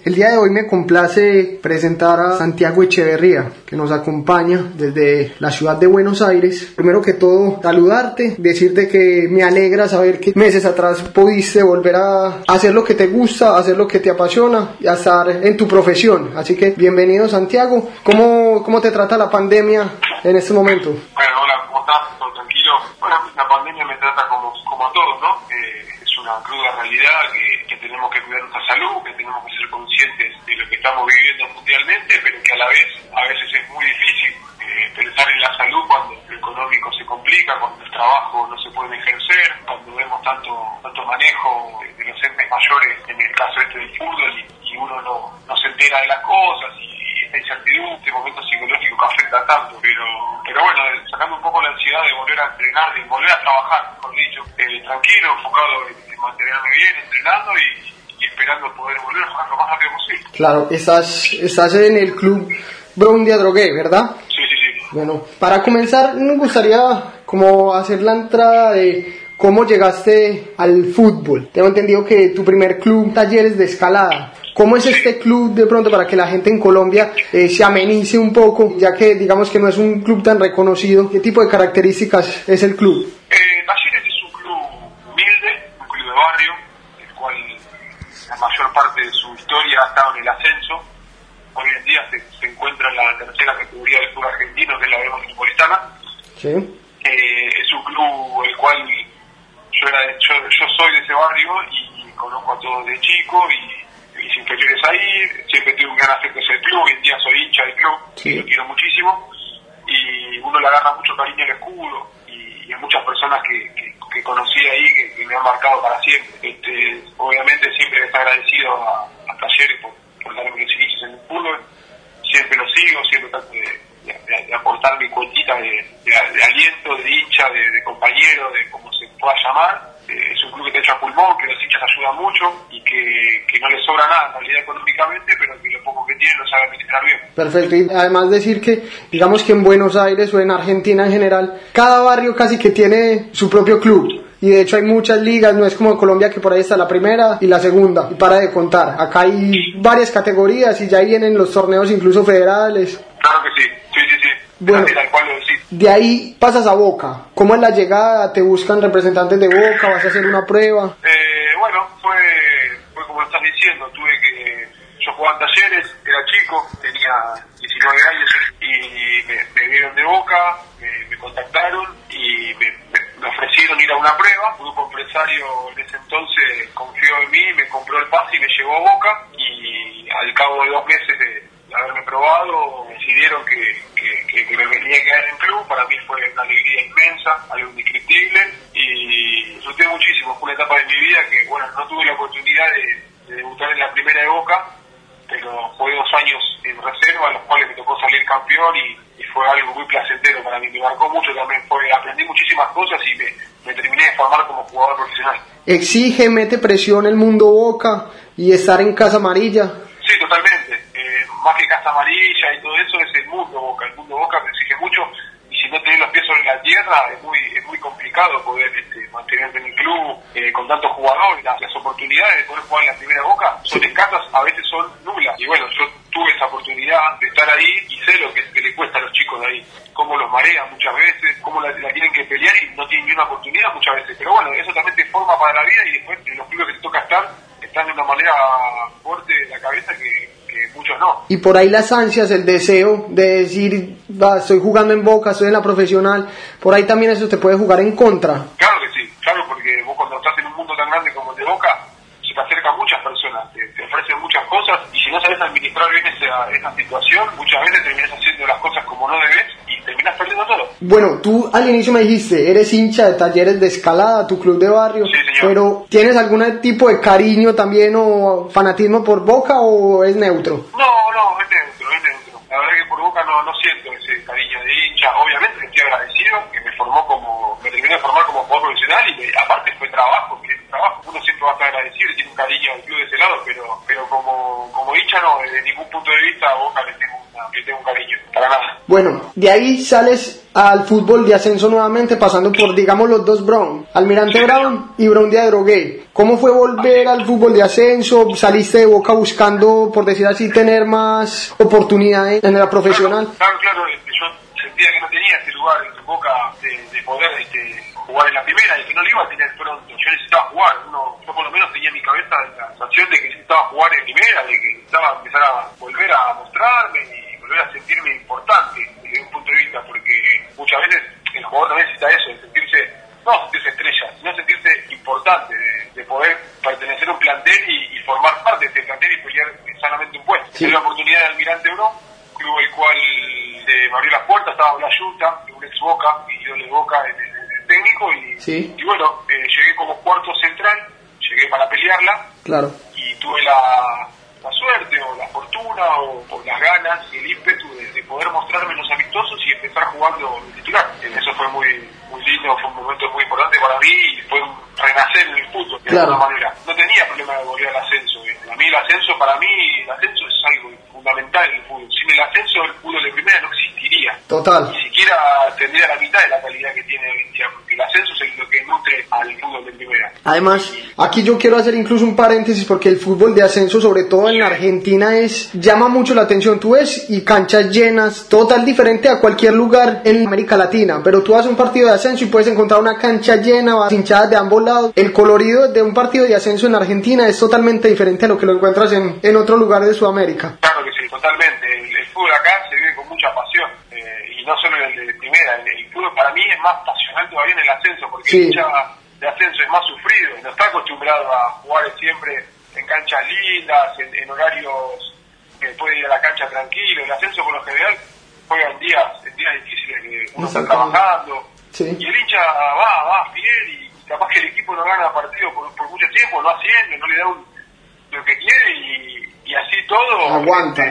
El día de hoy me complace presentar a Santiago Echeverría, que nos acompaña desde la ciudad de Buenos Aires. Primero que todo, saludarte, decirte que me alegra saber que meses atrás pudiste volver a hacer lo que te gusta, hacer lo que te apasiona y a estar en tu profesión. Así que bienvenido, Santiago. ¿Cómo te trata la pandemia en este momento? Bueno, hola, ¿cómo estás? ¿Todo tranquilo? Bueno, la pandemia me trata como a todos, ¿no? Es una cruda realidad que tenemos que cuidar nuestra salud, que tenemos que ser conscientes de lo que estamos viviendo mundialmente, pero que a veces es muy difícil pensar en la salud cuando lo económico se complica, cuando el trabajo no se puede ejercer, cuando vemos tanto manejo de los entes mayores, en el caso del fútbol, y uno no se entera de las cosas, y esta incertidumbre, este momento psicológico que afecta tanto, pero bueno, sacando un poco la ansiedad de volver a entrenar, de volver a trabajar, mejor dicho, tranquilo, enfocado en mantenerme bien, entrenando y esperando poder volver a jugar lo más rápido posible. Claro, estás en el club Brown de Adrogué, ¿verdad? Sí. Bueno, para comenzar, me gustaría como hacer la entrada de cómo llegaste al fútbol. Tengo entendido que tu primer club, Talleres de Escalada. ¿Cómo es este club de pronto para que la gente en Colombia se amenice un poco, ya que digamos que no es un club tan reconocido? ¿Qué tipo de características es el club? Talleres es un club humilde, un club de barrio, el cual la mayor parte de su historia ha estado en el ascenso. Hoy en día se encuentra en la tercera categoría del fútbol argentino, que es la B Metropolitana. Sí. Es un club el cual yo soy de ese barrio y conozco a todos de chico y mis inferiores ahí. Siempre tuve un gran afecto hacia el club, hoy en día soy hincha del club, sí. Lo quiero muchísimo y uno le agarra mucho cariño al escudo y hay muchas personas que conocí ahí que me han marcado para siempre. Obviamente siempre les agradecido a Talleres por darme los inicios en el fútbol, siempre lo sigo, siempre trato de aportar mi cuentita de aliento, de hincha, de compañero, de como se pueda llamar. Es un club que te echa pulmón, que los hinchas ayudan mucho y que no les sobra nada en realidad económicamente, pero que lo poco que tienen lo sabe administrar bien. Perfecto, y además decir que digamos que en Buenos Aires o en Argentina en general, cada barrio casi que tiene su propio club. Y de hecho hay muchas ligas, no es como en Colombia que por ahí está la primera y la segunda, y para de contar. Acá hay varias categorías y ya vienen los torneos incluso federales. Claro que sí. Bueno, tal cual lo decís. De ahí pasas a Boca. ¿Cómo es la llegada? ¿Te buscan representantes de Boca? ¿Vas a hacer una prueba? Bueno, fue como estás diciendo, yo jugaba en Talleres, era chico, tenía 19 años y me vieron de Boca, me contactaron y me ofrecieron ir a una prueba. Un grupo empresario en ese entonces confió en mí, me compró el pase y me llevó a Boca y al cabo de 2 meses de haberme probado decidieron que me venía a quedar en el club. Para mí fue una alegría inmensa, algo indescriptible y disfruté muchísimo. Fue una etapa de mi vida que bueno, no tuve la oportunidad de debutar en la primera de Boca, pero jugué 2 años en reserva, en los cuales me tocó salir campeón y fue algo muy placentero para mí, me marcó mucho también, aprendí muchísimas cosas y me terminé de formar como jugador profesional. ¿Exige, mete presión el mundo Boca y estar en Casa Amarilla? Sí, totalmente, más que Casa Amarilla y todo eso es el mundo Boca me exige mucho y si no tenés los pies sobre la tierra es muy complicado poder mantenerte en el club con tantos jugadores. Las oportunidades de poder jugar en la primera Boca son escasas, a veces son nulas y bueno, yo tuve esa oportunidad de estar ahí y sé lo que le cuesta a los chicos de ahí, cómo los marean muchas veces, cómo la tienen que pelear y no tienen ni una oportunidad muchas veces, pero bueno, eso también te forma para la vida y después en los clubes que te toca estar están de una manera fuerte de la cabeza que muchos no. Y por ahí las ansias, el deseo de decir, estoy jugando en Boca, estoy en la profesional, por ahí también eso te puede jugar en contra. Claro que sí, claro, porque vos cuando estás en un mundo tan grande como el de Boca, se te acercan muchas personas, te ofrecen muchas cosas y si no sabes administrar bien esa situación, muchas veces terminas haciendo las cosas como no debes y terminas perdiendo todo. Bueno, tú al inicio me dijiste, eres hincha de Talleres de Escalada, tu club de barrio, sí, señor. Pero ¿tienes algún tipo de cariño también o fanatismo por Boca o es neutro? No, es neutro. La verdad que por Boca no siento ese cariño de hincha. Obviamente estoy agradecido que me terminé de formar como jugador profesional y aparte fue trabajo, uno siempre va a estar agradecido y tiene un cariño al club de ese lado, pero como hincha no, desde ningún punto de vista a Boca le tengo le tengo un cariño, para nada. Bueno, de ahí sales al fútbol de ascenso nuevamente, pasando por, digamos, los dos Brown, Almirante Brown y Brown de Adrogué. ¿Cómo fue volver al fútbol de ascenso? ¿Saliste de Boca buscando, por decir así, tener más oportunidades en la profesional? Claro, yo sentía que no tenía este lugar en Boca de poder jugar en la primera y que no lo iba a tener pronto. Yo necesitaba jugar, yo por lo menos tenía en mi cabeza la sensación de que necesitaba jugar en primera, de que necesitaba empezar a volver a mostrarme y volver a sentirme importante desde un punto de vista, porque muchas veces el jugador también necesita eso, de sentirse, no sentirse estrella, sino sentirse importante, de poder pertenecer a un plantel y formar parte de este plantel y pelear sanamente un puesto. Tuve la oportunidad de Almirante Bro, club el cual me abrió las puertas, estaba Blas Yuta, un ex Boca, y yo de Boca el técnico, y bueno, llegué como cuarto central, llegué para pelearla, claro, y tuve la suerte o la fortuna o las ganas y el ímpetu de poder mostrarme en los amistosos y empezar jugando de titular. Eso fue muy lindo, fue un momento muy importante para mí y fue un renacer en el fútbol de alguna manera. No tenía problema de volver al ascenso. A mí el ascenso es algo fundamental en el fútbol. Sin el ascenso el fútbol de primera no existiría. Total. Ni siquiera tendría la mitad de la calidad que tiene hoy en día, porque el ascenso es lo que nutre al fútbol de primera. Además, aquí yo quiero hacer incluso un paréntesis porque el fútbol de ascenso, sobre todo en Argentina, llama mucho la atención. Tú ves y canchas llenas, total diferente a cualquier lugar en América Latina, pero tú vas a un partido de ascenso y puedes encontrar una cancha llena, hinchadas de ambos lados. El colorido de un partido de ascenso en Argentina es totalmente diferente a lo que lo encuentras en otro lugar de Sudamérica. Claro que sí, totalmente. El fútbol acá se vive con mucha pasión, y no solo el de primera. El fútbol para mí es más pasional todavía en el ascenso, porque el hincha de ascenso es más sufrido, no está acostumbrado a jugar siempre en canchas lindas, en horarios que puede ir a la cancha tranquilo. El ascenso por lo general juega en días difíciles que uno está trabajando, y el hincha va fiel, y capaz que el equipo no gana partido por mucho tiempo, no asciende, no le da lo que quiere, y así todo aguanta.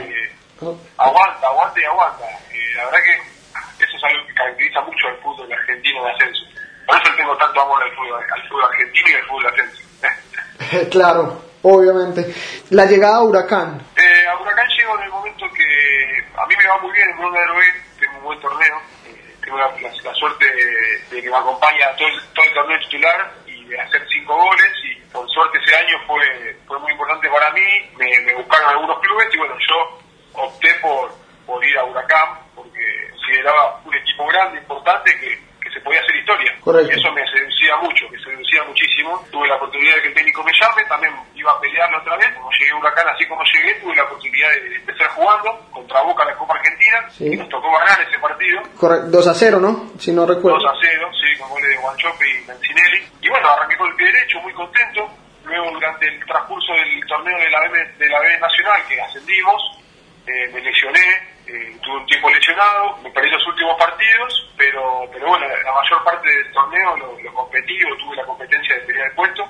Aguanta. La verdad que eso es algo que caracteriza mucho al fútbol argentino de ascenso. Por eso tengo tanto amor al fútbol argentino y al fútbol de ascenso. Claro, obviamente. La llegada a Huracán. A Huracán llego en el momento que a mí me va muy bien en Brown de Adrogué, tengo un buen torneo, tengo la suerte de que me acompaña todo el torneo titular y de hacer 5 goles, y con suerte ese año fue muy importante para mí. Me buscaron algunos clubes y bueno, yo opté por ir a Huracán porque consideraba un equipo grande, importante, que se podía hacer historia. Correcto. Y eso me seducía muchísimo. Tuve la oportunidad de que el técnico me llame, también iba a pelearlo otra vez. Como llegué a Huracán, así como llegué, tuve la oportunidad de empezar jugando contra Boca en la Copa Argentina, y nos tocó ganar ese partido. Correcto, 2-0, ¿no? Si no recuerdo. 2-0, sí, con goles de Guanchope y Mancinelli. Y bueno, arranqué con el pie derecho, muy contento. Luego, durante el transcurso del torneo de la B Nacional, que ascendimos, me lesioné, tuve un tiempo lesionado, me perdí los últimos partidos, pero bueno, la mayor parte del torneo lo competí, o tuve la competencia de pelear el puesto.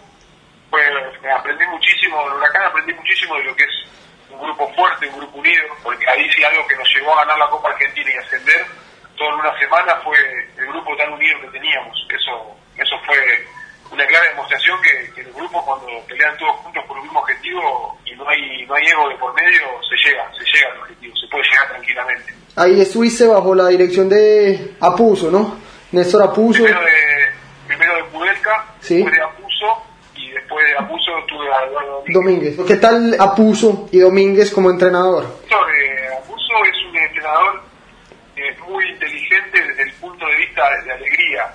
Aprendí muchísimo del Huracán, aprendí muchísimo de lo que es un grupo fuerte, un grupo unido, porque ahí sí algo que nos llevó a ganar la Copa Argentina y ascender todo en una semana fue el grupo tan unido que teníamos. Eso fue una clara demostración que el grupo, cuando pelean todos juntos por un mismo objetivo y no hay ego de por medio, se llega al objetivo, se puede llegar tranquilamente. Ahí estuviste bajo la dirección de Apuzzo, ¿no? Néstor Apuzzo. Primero de Kudelka, después de Apuzzo, y después de Apuzzo tuve a Eduardo Domínguez. ¿Qué tal Apuzzo y Domínguez como entrenador? Apuzzo es un entrenador muy inteligente desde el punto de vista de alegría,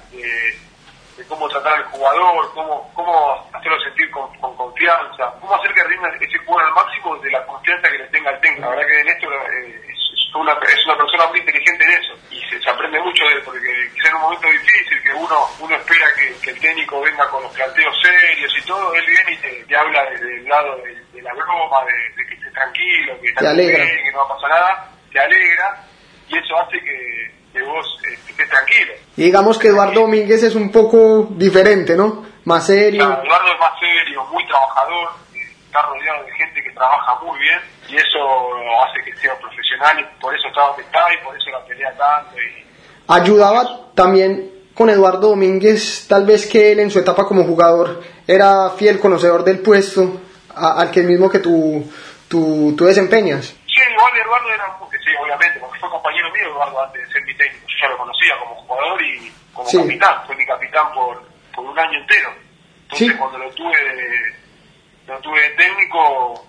de cómo tratar al jugador, cómo hacerlo sentir con confianza, cómo hacer que rinda ese jugador al máximo de la confianza que le tenga al técnico. La verdad que Néstor es una persona muy inteligente en eso, y se aprende mucho de él, porque quizá en un momento difícil que uno espera que el técnico venga con los planteos serios y todo, él viene y te habla desde el lado de la broma, de que estés tranquilo, que estás bien, que no va a pasar nada, te alegra, y eso hace que vos estés tranquilo. Y digamos que Eduardo Domínguez es un poco diferente, ¿no? Más serio. Claro, Eduardo es más serio, muy trabajador, está rodeado de gente que trabaja muy bien, y eso hace que sea profesional, y por eso está donde está, y por eso la pelea tanto. Ayudaba también con Eduardo Domínguez, tal vez que él en su etapa como jugador era fiel conocedor del puesto al que mismo que tú desempeñas. Sí, igual Eduardo era, sí, obviamente fue compañero mío, Eduardo, antes de ser mi técnico. Yo ya lo conocía como jugador y como sí. capitán. Fue mi capitán por un año entero. Entonces, Sí. cuando lo tuve de técnico,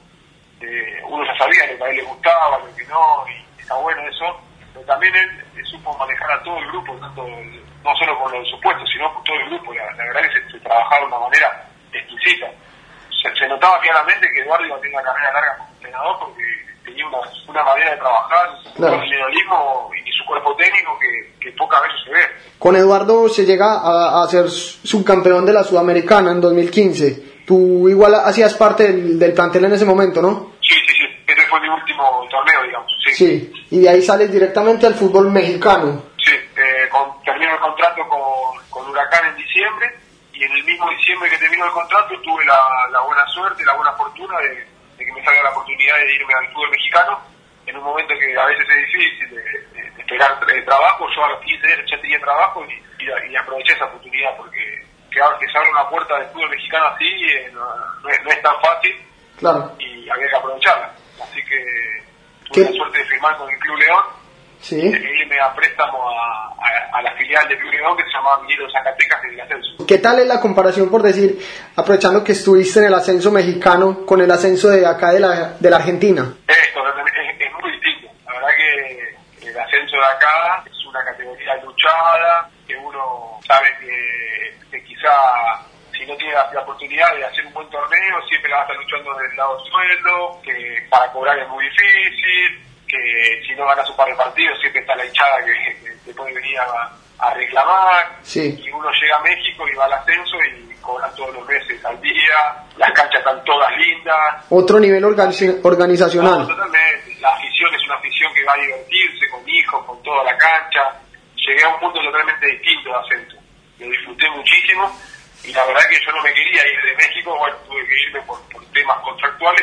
uno ya sabía lo que a él le gustaba, lo que no, y está bueno eso. Pero también él supo manejar a todo el grupo, no solo con los supuestos, sino con todo el grupo. La verdad que se trabajaba de una manera exquisita. Se notaba claramente que Eduardo iba a tener una carrera larga como entrenador porque tenía una manera de trabajar, un profesionalismo y su cuerpo técnico que pocas veces se ve. Con Eduardo se llega a ser subcampeón de la Sudamericana en 2015. Tú igual hacías parte del plantel en ese momento, ¿no? Sí. Ese fue mi último torneo, digamos. Sí. Y de ahí sales directamente al fútbol mexicano. Sí, termino el contrato con Huracán en diciembre, y en el mismo diciembre que terminó el contrato tuve la buena suerte, la buena fortuna de que me salga la oportunidad de irme al fútbol mexicano en un momento que a veces es difícil de esperar trabajo. Yo a los 15 años ya tenía trabajo y aproveché esa oportunidad porque que se abre una puerta del fútbol mexicano así no es tan fácil. Claro. Y había que aprovecharla. Así que tuve la suerte de firmar con el Club León. Sí. De irme a préstamo a la filial del Club León que se llamaba Minero Zacatecas en el ascenso. ¿Qué tal es la comparación, por decir, aprovechando que estuviste en el ascenso mexicano con el ascenso de acá de la Argentina? Esto es muy distinto. La verdad que el ascenso de acá es una categoría luchada, que uno sabe que quizá si no tiene la oportunidad de hacer un buen torneo, siempre la va a estar luchando del lado del sueldo, que para cobrar es muy difícil, que si no ganas un par de partidos siempre está la hinchada que te puede venir a reclamar. Sí. Y uno llega a México y va al ascenso y cobran todos los meses al día, las canchas están todas lindas. Otro nivel organizacional. No, totalmente. La afición es una afición que va a divertirse con hijos, con toda la cancha. Llegué a un punto totalmente distinto de ascenso. Lo disfruté muchísimo y la verdad que yo no me quería ir de México. Bueno, tuve que irme por temas contractuales,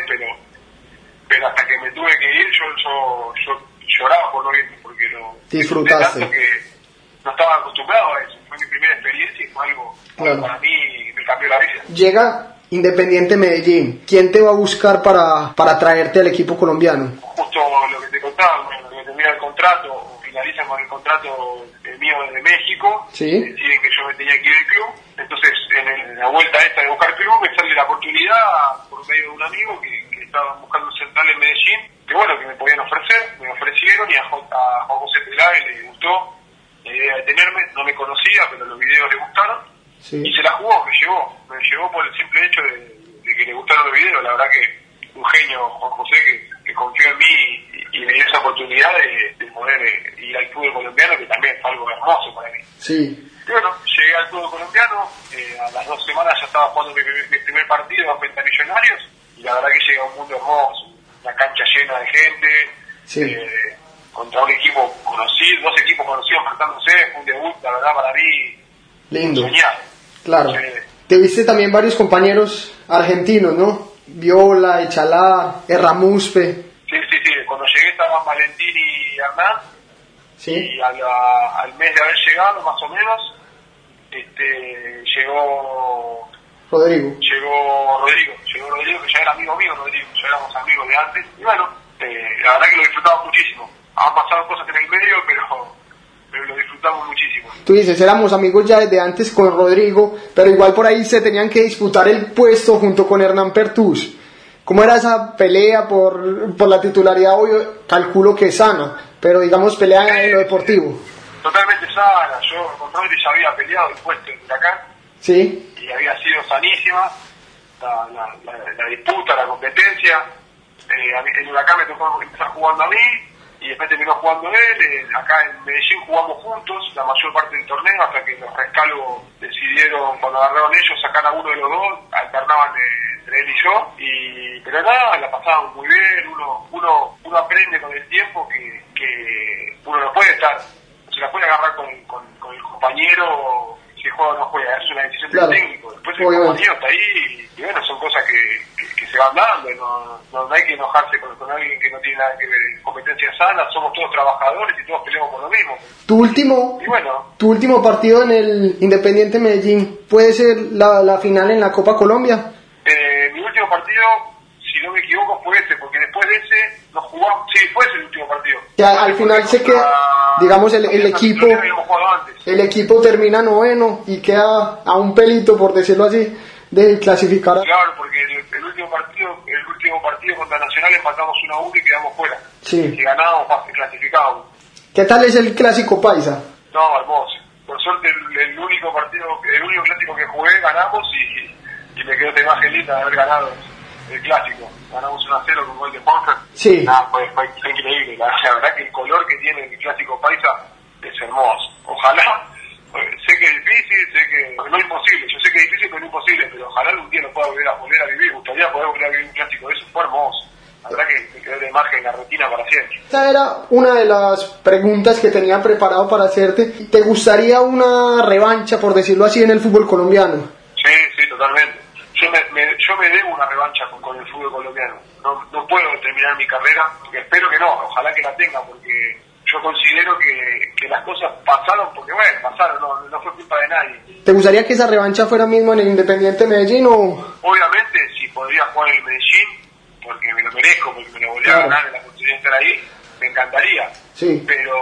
pero hasta que me tuve que ir yo lloraba por no irme porque lo disfrutaste tanto que no estaba acostumbrado a eso. Fue mi primera experiencia y fue algo claro. Para mí me cambió la vida. Llega Independiente Medellín. ¿Quién te va a buscar para traerte al equipo colombiano? Justo lo que te contaba, cuando termina el contrato o finalizan con el contrato mío desde México, ¿sí? Deciden que yo me tenía que ir del club. Entonces en la vuelta esta de buscar club me sale la oportunidad por medio de un amigo que estaba buscando un central en Medellín, que bueno, que me podían ofrecer, me ofrecieron y a Juan José Peláez le gustó la idea de tenerme, no me conocía, pero los videos le gustaron, sí. Y se la jugó, me llevó por el simple hecho de que le gustaron los videos. La verdad que un genio, Juan José, que confió en mí y me dio esa oportunidad de poder ir al fútbol colombiano, que también fue algo hermoso para mí. Sí. Y bueno, llegué al fútbol colombiano, a las 2 semanas ya estaba jugando mi primer partido a Pentamillonarios, y la verdad que llegué a un mundo hermoso, una cancha llena de gente, sí. Contra un equipo conocido, 2 equipos conocidos enfrentándose, fue un debut, la verdad, para mí, lindo. Soñado. Claro. Te viste también varios compañeros argentinos, ¿no? Viola, Echalá, Erramuspe. Sí. Cuando llegué estaban Valentín y Hernán. Sí. Y al mes de haber llegado, más o menos, llegó Rodrigo, que ya era amigo mío, ya éramos amigos de antes. Y bueno, la verdad que lo disfrutamos muchísimo. Han pasado cosas en el medio, pero lo disfrutamos muchísimo. Tú dices, éramos amigos ya desde antes con Rodrigo, pero igual por ahí se tenían que disputar el puesto junto con Hernán Pertús. ¿Cómo era esa pelea por la titularidad? Obvio, calculo que sana, pero digamos pelea en lo deportivo. Totalmente sana. Yo con Rodri ya había peleado el puesto en Huracán. Sí. Y había sido sanísima la disputa, la competencia. En Huracán me tocó empezar jugando a mí y después terminó jugando él. Acá en Medellín jugamos juntos la mayor parte del torneo hasta que los rescalvos decidieron, cuando agarraron ellos, sacar a uno de los dos, alternaban entre él y yo. Pero nada, la pasábamos muy bien. Uno aprende con el tiempo que uno no puede estar, se la puede agarrar con el compañero si juega o no juega. Es una decisión del técnico. Después el compañero está ahí y bueno, son cosas que se van dando. No hay que enojarse con alguien que no tiene nada que ver. Competencia sana, somos todos trabajadores y todos peleamos por lo mismo. Tu último partido en el Independiente Medellín, ¿puede ser la final en la Copa Colombia? Mi último partido, si no me equivoco, fue ese, porque después de ese no jugamos, sí, fue ese el último partido. Ya al final se queda, digamos, el equipo termina noveno y queda a un pelito, por decirlo así, de clasificar. Claro, porque el último partido contra Nacional empatamos 1-1 y quedamos fuera. Sí. Si ganábamos, clasificábamos. ¿Qué tal es el clásico paisa? No, hermoso. Por suerte el único clásico que jugué ganamos y me quedó esta imagen linda de haber ganado el clásico. Ganamos 1-0 con gol de Ponce. Sí. Fue increíble. La verdad que el color que tiene el clásico paisa es hermoso. Ojalá, sé que es difícil, sé que no es imposible, yo sé que es difícil pero no es imposible, pero ojalá algún día lo pueda volver a vivir. Me gustaría poder volver a vivir un clásico de eso, fue hermoso. La verdad que me quedó la imagen en la retina para siempre. Esta era una de las preguntas que tenía preparado para hacerte. ¿Te gustaría una revancha, por decirlo así, en el fútbol colombiano? Sí, totalmente. Yo me debo una revancha con el fútbol colombiano. No puedo terminar mi carrera, porque espero que no, ojalá que la tenga, porque yo considero que las cosas pasaron, porque bueno, pasaron, no fue culpa de nadie. ¿Te gustaría que esa revancha fuera mismo en el Independiente Medellín o...? Obviamente, si podría jugar en el Medellín, porque me lo merezco, porque me lo volví a ganar en la posibilidad de estar ahí, me encantaría. Sí.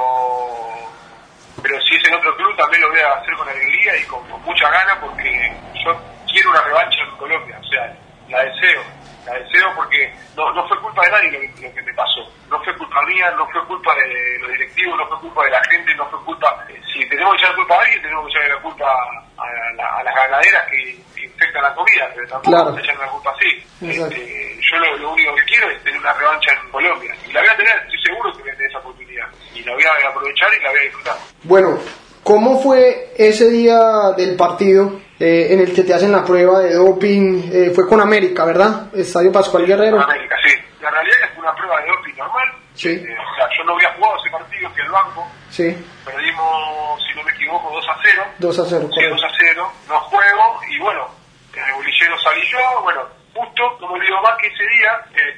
Pero si es en otro club también lo voy a hacer con alegría y con mucha gana, porque yo quiero una revancha en Colombia, o sea, la deseo porque no fue culpa de nadie lo que me pasó, no fue culpa mía, no fue culpa de los directivos, no fue culpa de la gente, no fue culpa, si tenemos que echar la culpa a alguien, tenemos que echar la culpa a las ganaderas que infectan la comida, pero tampoco se echan la culpa así. Yo lo único que quiero es tener una revancha en Colombia, y la voy a tener, estoy seguro que voy a tener esa oportunidad, y la voy a aprovechar y la voy a disfrutar. Bueno, ¿cómo fue ese día del partido en el que te hacen la prueba de doping? Fue con América, ¿verdad? Estadio Pascual Guerrero. Con América, sí. La realidad es que fue una prueba de doping normal. Sí. O sea, yo no había jugado ese partido, fui al banco. Sí. Perdimos, si no me equivoco, 2-0. 2-0, sí, 2-0. No juego y bueno, en el bolillero salí yo, bueno, justo, no me olvido más que ese día,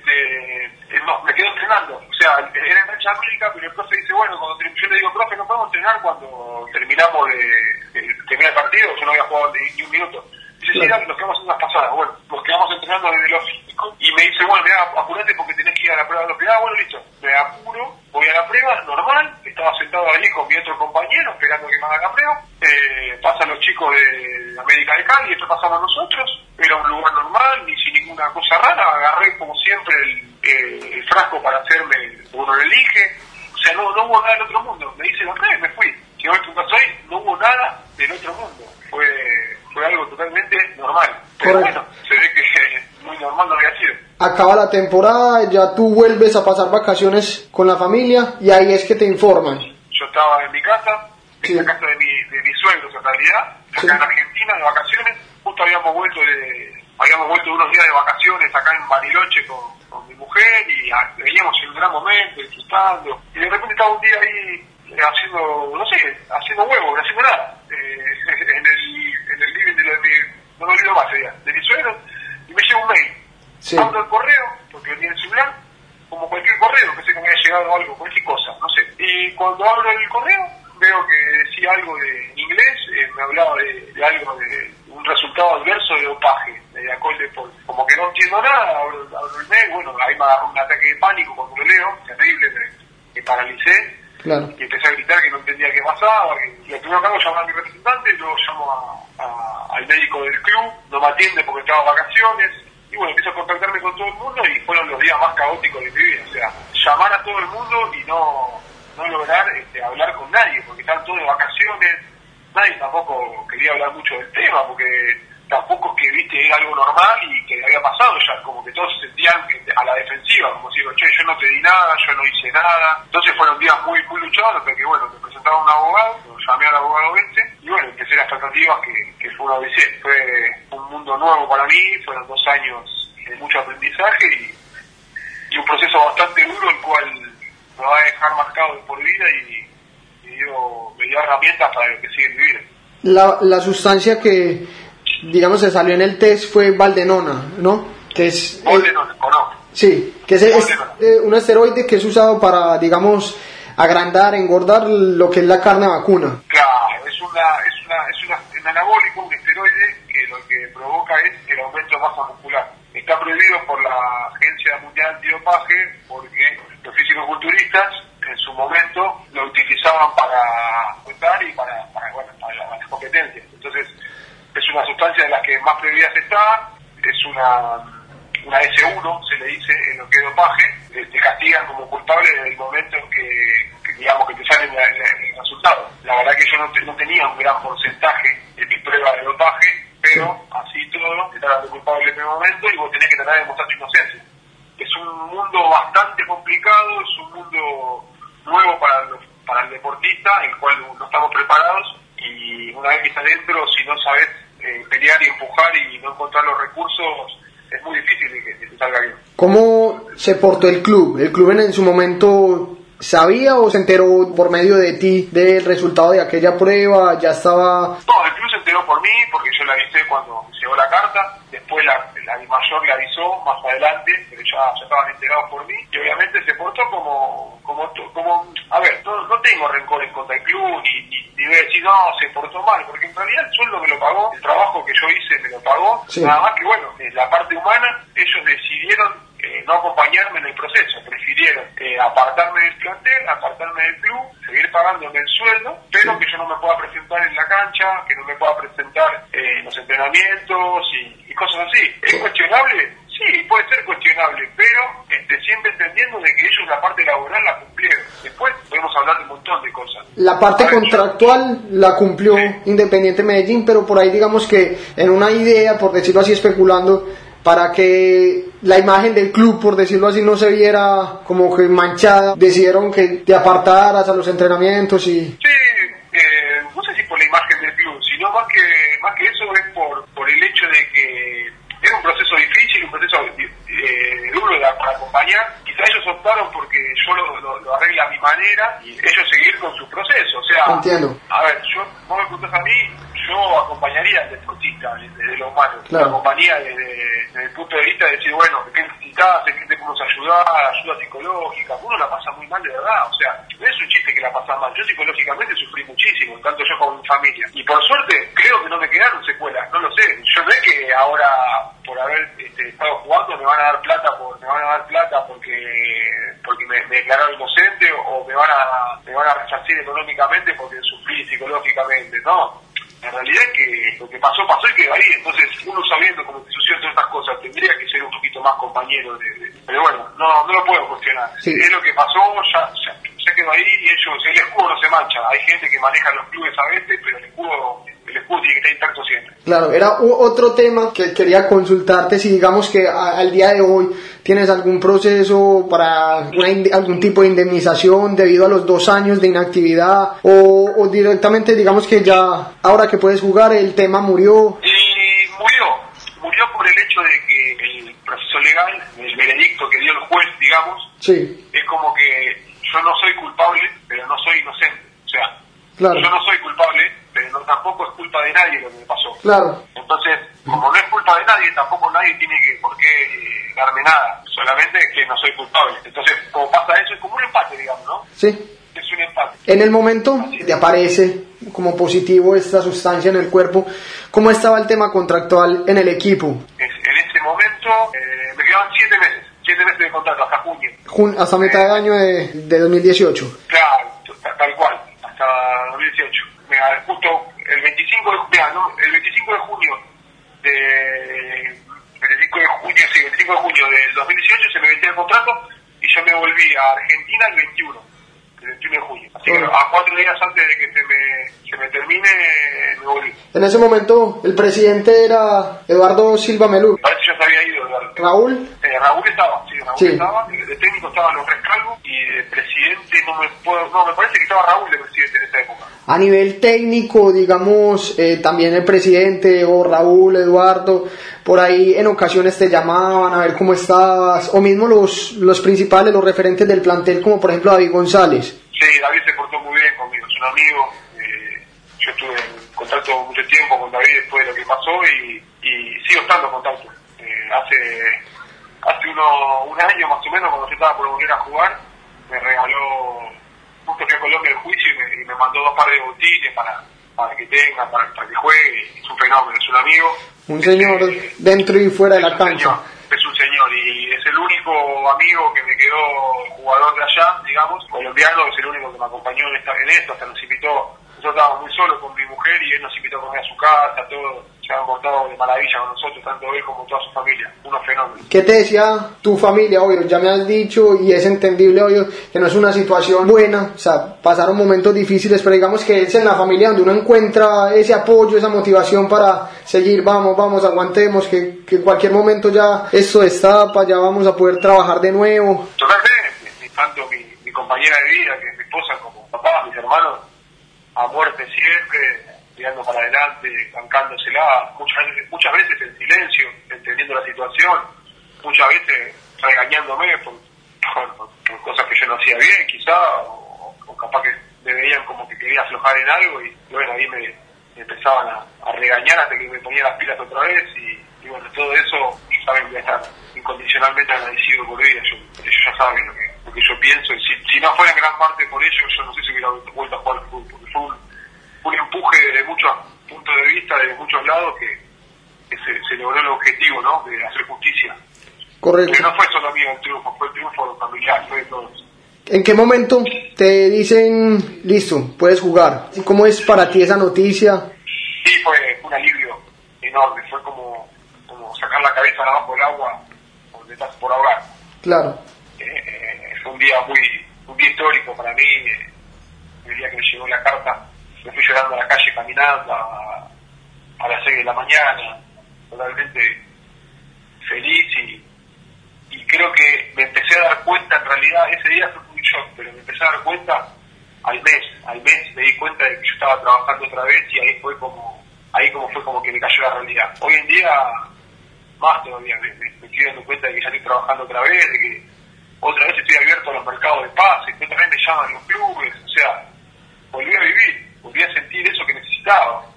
me quedo entrenando. O sea, era en cancha América, pero el profe dice, bueno, yo le digo, profe, no podemos entrenar cuando terminamos terminar el partido, yo no había jugado ni un minuto. Dice, sí, dale, nos quedamos en unas pasadas. Bueno, nos quedamos entrenando desde lo físico y me dice, bueno, mira, apurate porque tenés que ir a la prueba de velocidad. Bueno, listo, me apuro, voy a la prueba, normal, estaba sentado allí con mi otro compañero esperando que me haga la prueba. Pasan los chicos de América de Cali, después pasamos nosotros, era un lugar normal, ni sin ninguna cosa rara, agarré como siempre el frasco para hacerme, uno lo elige, o sea, no hubo nada del otro mundo, me dice la prueba y me fui. Si hoy no hubo nada del otro mundo, fue algo totalmente normal, pero bueno, se ve que muy normal no había sido. Acaba la temporada, ya tú vuelves a pasar vacaciones con la familia y ahí es que te informan. Yo estaba en mi casa, en la casa de mis suegros en realidad, acá en Argentina de vacaciones, justo habíamos vuelto de unos días de vacaciones acá en Bariloche con mi mujer y veníamos en un gran momento, disfrutando, y de repente estaba un día ahí haciendo huevo, no haciendo nada, en el living no me olvido más de mi suegro, y me llega un mail. Sí. Abro el correo, porque lo tiene en celular, como cualquier correo, que sé que me había llegado algo, cualquier cosa, no sé. Y cuando abro el correo, veo que decía algo en inglés, me hablaba de algo de un resultado adverso de dopaje, de alcohol de polvo. Como que no entiendo nada, abro el mail, bueno, ahí me agarró un ataque de pánico cuando lo leo, terrible, me paralicé. Claro. Y empecé a gritar que no entendía qué pasaba, y lo primero que hago es llamar a mi representante, luego llamo al médico del club, no me atiende porque estaba de vacaciones, y bueno, empiezo a contactarme con todo el mundo y fueron los días más caóticos de mi vida, o sea, llamar a todo el mundo y no lograr hablar con nadie, porque estaban todos de vacaciones, nadie tampoco quería hablar mucho del tema, porque tampoco que, viste, era algo normal y que había pasado ya, como que todos se sentían a la defensiva, como si digo, che, yo no te di nada, yo no hice nada. Entonces fueron días muy, muy luchados, hasta que, bueno, me presentaba un abogado, lo llamé al abogado y bueno, empecé las tratativas que fue una odisea. Fue un mundo nuevo para mí, fueron 2 años de mucho aprendizaje y un proceso bastante duro, el cual me va a dejar marcado de por vida y me dio herramientas para lo que sigue en mi vida. La sustancia que, digamos, se salió en el test fue valdenona, ¿no? Que es valdenona, ¿o no? Sí, que es un esteroide que es usado para, digamos, agrandar, engordar lo que es la carne vacuna. Claro, es un anabólico, un esteroide que lo que provoca es el aumento de masa muscular. Está prohibido por la Agencia Mundial Antidopaje porque usaban para juntar y para las competencias. Entonces, es una sustancia de las que más prohibidas está, es una S1, se le dice en lo que es dopaje, te castigan como culpable desde el momento en que digamos que te sale el resultado. La verdad que yo no tenía un gran porcentaje de mis pruebas de dopaje, pero así todo, te tratan de culpable en el momento y vos tenés que tratar de demostrar tu inocencia. Es un mundo bastante complicado, es un mundo nuevo para el deportista, en el cual no estamos preparados, y una vez que estás adentro, si no sabes pelear y empujar y no encontrar los recursos, es muy difícil que te salga bien. ¿Cómo se portó el club? ¿El club en su momento sabía o se enteró por medio de ti del resultado de aquella prueba? ¿Ya estaba...? No, el club se enteró por mí, porque yo le avisé cuando llegó la carta. Después la mayor le avisó más adelante, pero ya estaban enterados por mí. Y obviamente se portó como a ver, no tengo rencor en contra del club, ni voy a decir, no, se portó mal, porque en realidad el sueldo me lo pagó, el trabajo que yo hice me lo pagó. Sí. Nada más que, bueno, la parte humana, ellos decidieron no acompañarme en el proceso, prefirieron apartarme del plantel, apartarme del club, seguir pagándome el sueldo, pero que yo no me pueda presentar en la cancha, que no me pueda presentar en los entrenamientos y cosas así. ¿Es cuestionable? Sí, puede ser cuestionable, pero siempre entendiendo de que ellos la parte laboral la cumplieron. Después podemos hablar de un montón de cosas. La parte contractual la cumplió Independiente Medellín, pero por ahí digamos que en una idea, por decirlo así, especulando, para que la imagen del club, por decirlo así, no se viera como que manchada, decidieron que te apartaras a los entrenamientos y... Sí, no sé si por la imagen del club, sino más que eso es por el hecho de que era un proceso difícil, un proceso duro para acompañar. Quizá ellos optaron porque yo lo arregle a mi manera y ellos seguir con su proceso. O sea, entiendo. A ver, vos me preguntás a mí, yo acompañaría al deportista desde lo humano. Claro. Acompañaría desde el punto de vista de decir, bueno, ¿qué necesitas? ¿En qué te podemos ayudar? Ayuda psicológica. Uno la pasa muy mal de verdad. O sea, no es un chiste que la pasas mal. Yo psicológicamente sufrí muchísimo, tanto yo como mi familia. Y por suerte, creo que no me quedaron secuelas. No lo sé. Yo no es que ahora, por haber estado jugando, me van a dar plata porque me declararon inocente o me van a resarcir económicamente porque sufrí psicológicamente. No. La realidad es que lo que pasó y quedó ahí. Entonces, uno sabiendo cómo te suceden todas estas cosas, tendría que ser un poquito más compañero pero bueno, no lo puedo cuestionar. Sí. Es lo que pasó, ya quedó ahí y el escudo no se mancha. Hay gente que maneja los clubes a veces, pero el escudo tiene que estar intacto siempre. Claro, era otro tema que quería consultarte, si digamos que al día de hoy tienes algún proceso para algún tipo de indemnización debido a los 2 años de inactividad o directamente digamos que ya ahora que puedes jugar el tema murió. Murió por el hecho de que el proceso legal, el veredicto que dio el juez, digamos, sí, es como que yo no soy culpable, pero no soy inocente. O sea, claro, yo no soy culpable, pero tampoco es culpa de nadie lo que me pasó. Claro. Entonces, como no es culpa de nadie, tampoco nadie tiene por qué darme nada, solamente que no soy culpable. Entonces, como pasa eso, es como un empate, digamos, ¿no? Sí. Es un empate. En el momento te aparece como positivo esta sustancia en el cuerpo, ¿cómo estaba el tema contractual en el equipo? En ese momento me quedaban 7 meses de contrato, hasta junio. Hasta mitad de año de 2018. Claro, tal cual, hasta 2018. Justo el 25 de junio del 2018 se me venció el contrato y yo me volví a Argentina el 21 de junio. Así que a 4 días antes de que se me termine, me volví. En ese momento el presidente era Eduardo Silva Melú. Parece que ya se había ido, Eduardo. ¿Raúl? Raúl estaba, sí. Estaba. De técnico estaban los Rescalvo y de presidente me parece que estaba Raúl de presidente en esa época. A nivel técnico, digamos, también el presidente o Raúl, Eduardo, por ahí en ocasiones te llamaban a ver cómo estabas, o mismo los principales, los referentes del plantel, como por ejemplo David González. Sí, David se portó muy bien conmigo, es un amigo. Yo estuve en contacto mucho tiempo con David después de lo que pasó y sigo estando en contacto. Hace un año más o menos, cuando yo estaba por volver a jugar, me regaló, justo fui a Colombia el juicio y me mandó 2 pares de botines para que tenga, para que juegue. Es un fenómeno, es un amigo. Un señor dentro y fuera de la cancha. Es un señor y es el único único amigo que me quedó jugador de allá, digamos, colombiano, es el único que me acompañó en esto, hasta nos invitó. Nosotros estábamos muy solos con mi mujer y él nos invitó a comer a su casa, todo. Se han portado de maravilla con nosotros, tanto él como toda su familia. Unos fenómenos. ¿Qué te decía tu familia? Obvio, ya me has dicho y es entendible, obvio, que no es una situación buena, o sea, pasaron momentos difíciles, pero digamos que es en la familia donde uno encuentra ese apoyo, esa motivación para seguir, vamos, aguantemos, que en cualquier momento ya esto destapa, ya vamos a poder trabajar de nuevo. Totalmente, tanto mi compañera de vida, que es mi esposa, como papá, mis hermanos, a muerte siempre, tirando para adelante, bancándosela, muchas veces en silencio, entendiendo la situación, muchas veces regañándome por cosas que yo no hacía bien, quizá, o capaz que me veían como que quería aflojar en algo, y bueno, ahí me empezaban a regañar hasta que me ponía las pilas otra vez, y bueno, todo eso, saben que voy a estar incondicionalmente agradecido por ellos ya saben lo que yo pienso, y si no fuera en gran parte por ellos, yo no sé si hubiera vuelto a jugar al fútbol, porque fue un empuje desde muchos puntos de vista, desde muchos lados, que se logró el objetivo, ¿no?, de hacer justicia. Correcto. Que no fue solo mío el triunfo, fue el triunfo familiar, fue de todos. ¿En qué momento te dicen, listo, puedes jugar? ¿Cómo es para ti esa noticia? Sí, fue un alivio enorme, fue como sacar la cabeza de abajo del agua donde estás por ahogar. Claro. Fue un día histórico para mí, el día que me llegó la carta. Me fui llorando a la calle caminando a las 6 de la mañana, totalmente feliz, y creo que me empecé a dar cuenta, en realidad ese día fue un shock, pero me empecé a dar cuenta al mes me di cuenta de que yo estaba trabajando otra vez, y ahí fue como que me cayó la realidad. Hoy en día, más todavía, me estoy dando cuenta de que ya estoy trabajando otra vez, de que otra vez estoy abierto a los mercados de pases, que otra vez me llaman los clubes, o sea, volví a vivir, volví a sentir eso que necesitaba.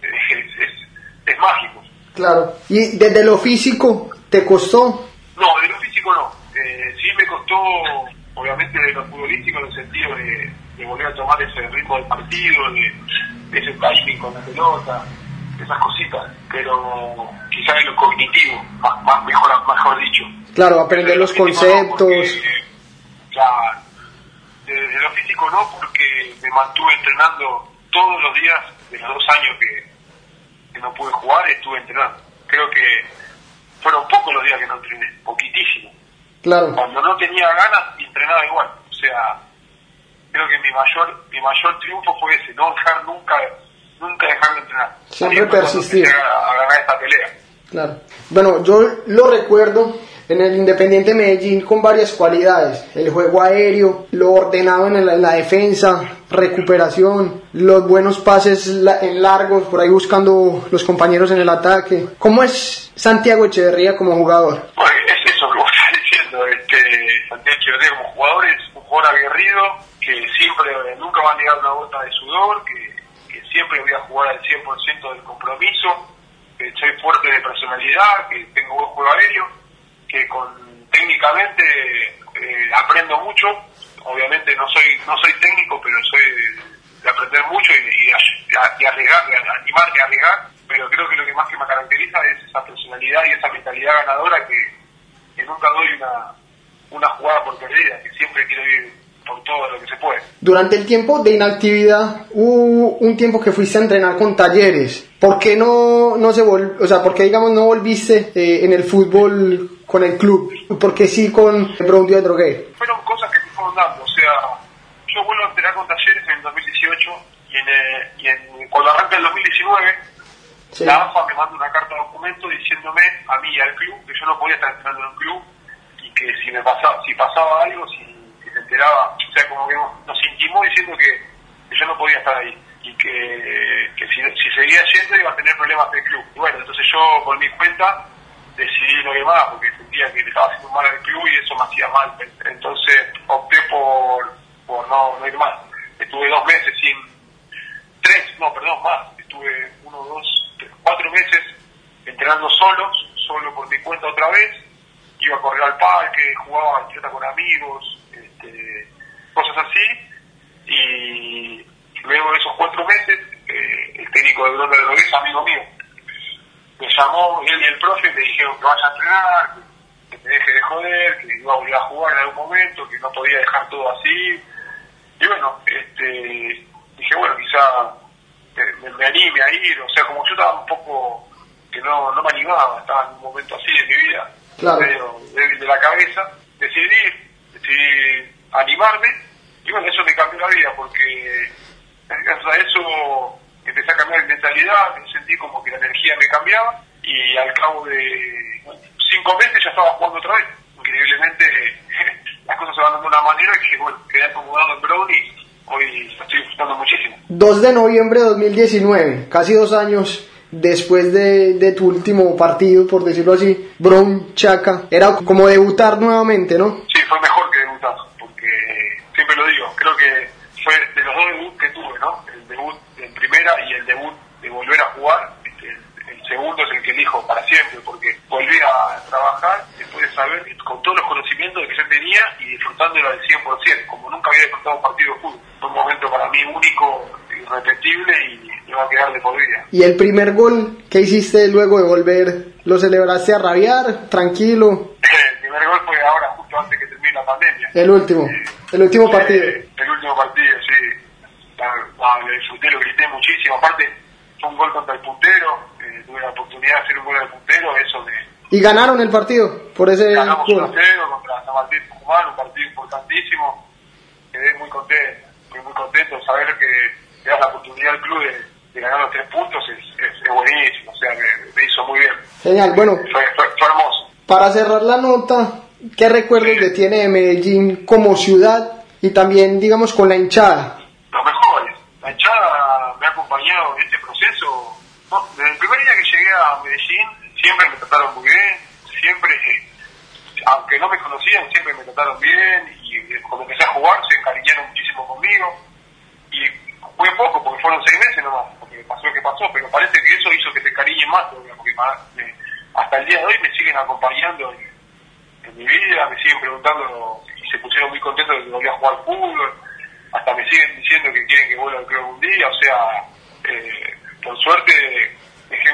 Es mágico. Claro. ¿Y desde lo físico te costó? No, de lo físico no. Sí me costó, obviamente, de lo futbolístico, en el sentido de volver a tomar ese ritmo del partido, de ese timing con la pelota, esas cositas, pero quizás de lo cognitivo, mejor dicho. Claro, aprender los conceptos. Claro, de lo físico no, porque me mantuve entrenando todos los días de los 2 años que no pude jugar, estuve entrenando. Creo que fueron pocos los días que no entrené, poquitísimo. Claro. Cuando no tenía ganas, entrenaba igual. O sea, creo que mi mayor triunfo fue ese, no dejar nunca dejar de entrenar. Siempre persistir. A ganar esta pelea. Claro. Bueno, yo lo recuerdo en el Independiente Medellín con varias cualidades: el juego aéreo, lo ordenado en la defensa, recuperación, los buenos pases en largos, por ahí buscando los compañeros en el ataque. ¿Cómo es Santiago Echeverría como jugador? Bueno, es eso que vos estás diciendo. Santiago Echeverría como jugador es un jugador aguerrido, que siempre, nunca va a negar una gota de sudor, que siempre voy a jugar al 100% del compromiso, que soy fuerte de personalidad, que tengo buen juego aéreo, que técnicamente aprendo mucho. Obviamente no soy técnico, pero soy de aprender mucho y arriesgar, de animarme a arriesgar, pero creo que lo que más que me caracteriza es esa personalidad y esa mentalidad ganadora, que nunca doy una jugada por perdida, que siempre quiero ir por todo lo que se puede. Durante el tiempo de inactividad hubo un tiempo que fuiste a entrenar con Talleres. ¿Por qué no se volvió? O sea, ¿por qué, digamos, no volviste en el fútbol con el club? ¿Por qué sí con Brown de Drogué? Fueron cosas que se fueron dando. O sea, yo vuelvo a entrenar con Talleres en el 2018 y cuando arranca el 2019, sí, la AFA me manda una carta de documento diciéndome a mí y al club que yo no podía estar entrenando en un club, y que si pasaba algo, si se enteraba, o sea, como que nos intimó diciendo que yo no podía estar ahí, y que si seguía yendo iba a tener problemas del club. Y bueno, entonces yo por mi cuenta decidí no ir más, porque sentía que le estaba haciendo mal al club y eso me hacía mal. Entonces opté por no ir más. Estuve 2 meses estuve 4 meses entrenando solo por mi cuenta otra vez. Iba a correr al parque, jugaba pelota con amigos, cosas así, y luego de esos 4 meses, el técnico de Brown de Drogués, amigo mío, me llamó, él y el profe me dijeron que vaya a entrenar, que me deje de joder, que iba a volver a jugar en algún momento, que no podía dejar todo así. Y bueno, dije, bueno, quizá me anime a ir, o sea, como yo estaba un poco, que no me animaba, estaba en un momento así de mi vida, claro, medio débil de la cabeza, decidí animarme, y bueno, eso me cambió la vida, porque gracias a eso empecé a cambiar mi mentalidad, me sentí como que la energía me cambiaba, y al cabo de 5 meses ya estaba jugando otra vez. Increíblemente las cosas se van dando de una manera que, bueno, quedé acomodado en Brown y hoy estoy disfrutando muchísimo. 2 de noviembre de 2019, casi 2 años después de tu último partido, por decirlo así, Brown Chaka, era como debutar nuevamente, ¿no? Sí, fue mejor que debutar, porque siempre lo digo, creo que fue de los 2 debuts que tuve, ¿no? El debut en primera y el debut de volver a jugar. El segundo es el que elijo para siempre, porque volví a trabajar después de saber, con todos los conocimientos que yo tenía y disfrutándolo al 100%, como nunca había disfrutado un partido de fútbol. Fue un momento para mí único, irrepetible y me va a quedar de por vida. ¿Y el primer gol que hiciste luego de volver, lo celebraste a rabiar, tranquilo? El primer gol fue ahora, justo antes que termine la pandemia. El último partido. El último partido, sí. Lo disfruté, lo grité muchísimo. Aparte, fue un gol contra el puntero. Tuve la oportunidad de hacer un gol al puntero, eso de... Y ganaron el partido por ese ganamos gol. 1-0 contra San Martín Tucumán, un partido importantísimo. Quedé muy contento de saber que le das la oportunidad al club de ganar los 3 puntos, es buenísimo, o sea, me hizo muy bien. Genial, bueno, fue hermoso. Para cerrar la nota, ¿qué recuerdos le tiene de Medellín como ciudad y también, digamos, con la hinchada? Los mejores. La hinchada me ha acompañado en este proceso. No, desde el primer día que llegué a Medellín, siempre me trataron muy bien, siempre, aunque no me conocían, siempre me trataron bien, y cuando empecé a jugar se encariñaron muchísimo conmigo, y fue poco, porque fueron 6 meses nomás, porque pasó lo que pasó, pero parece que eso hizo que se encariñen más, porque hasta el día de hoy me siguen acompañando en mi vida, me siguen preguntando, y se pusieron muy contentos de que volví a jugar fútbol, hasta me siguen diciendo que quieren que vuelva al club algún día, o sea, por suerte dejé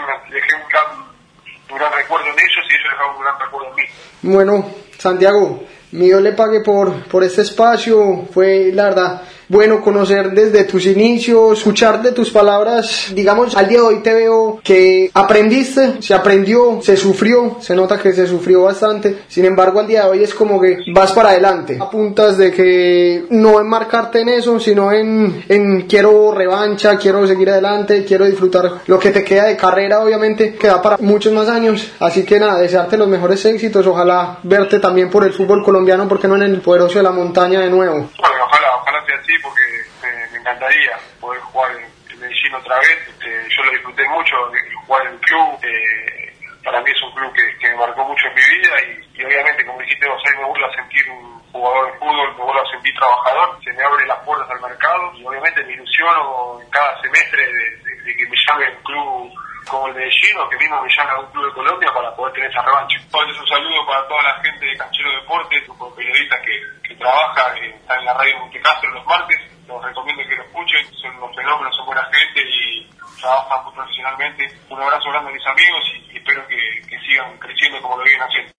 un gran recuerdo en ellos y ellos dejaron un gran recuerdo en mí. Bueno, Santiago, Dios le pague por este espacio, fue la verdad bueno conocer desde tus inicios, escuchar de tus palabras, digamos, al día de hoy te veo que aprendiste, se aprendió, se sufrió, se nota que se sufrió bastante, sin embargo al día de hoy es como que vas para adelante, apuntas de que no enmarcarte en eso, sino en quiero revancha, quiero seguir adelante, quiero disfrutar lo que te queda de carrera, obviamente queda para muchos más años, así que nada, desearte los mejores éxitos, ojalá verte también por el fútbol colombiano, porque no en el poderoso de la montaña de nuevo. Bueno, ojalá sea así, porque me encantaría poder jugar en Medellín otra vez. Yo lo disfruté mucho, jugar en el club. Para mí es un club que me marcó mucho en mi vida y obviamente, como dijiste vos, hoy me vuelvo a sentir un jugador de fútbol, me vuelvo a sentir trabajador, se me abren las puertas al mercado y obviamente me ilusiono en cada semestre de que me llame un club como el Medellín o que mismo me llame a un club de Colombia para poder tener esa revancha. Entonces un saludo para toda la gente de Canchero Deportes, grupo de periodistas que trabaja, está en la radio Montecastro los martes, los recomiendo que lo escuchen, son unos fenómenos, son buena gente y trabajan muy profesionalmente. Un abrazo grande a mis amigos y espero que sigan creciendo como lo vienen haciendo.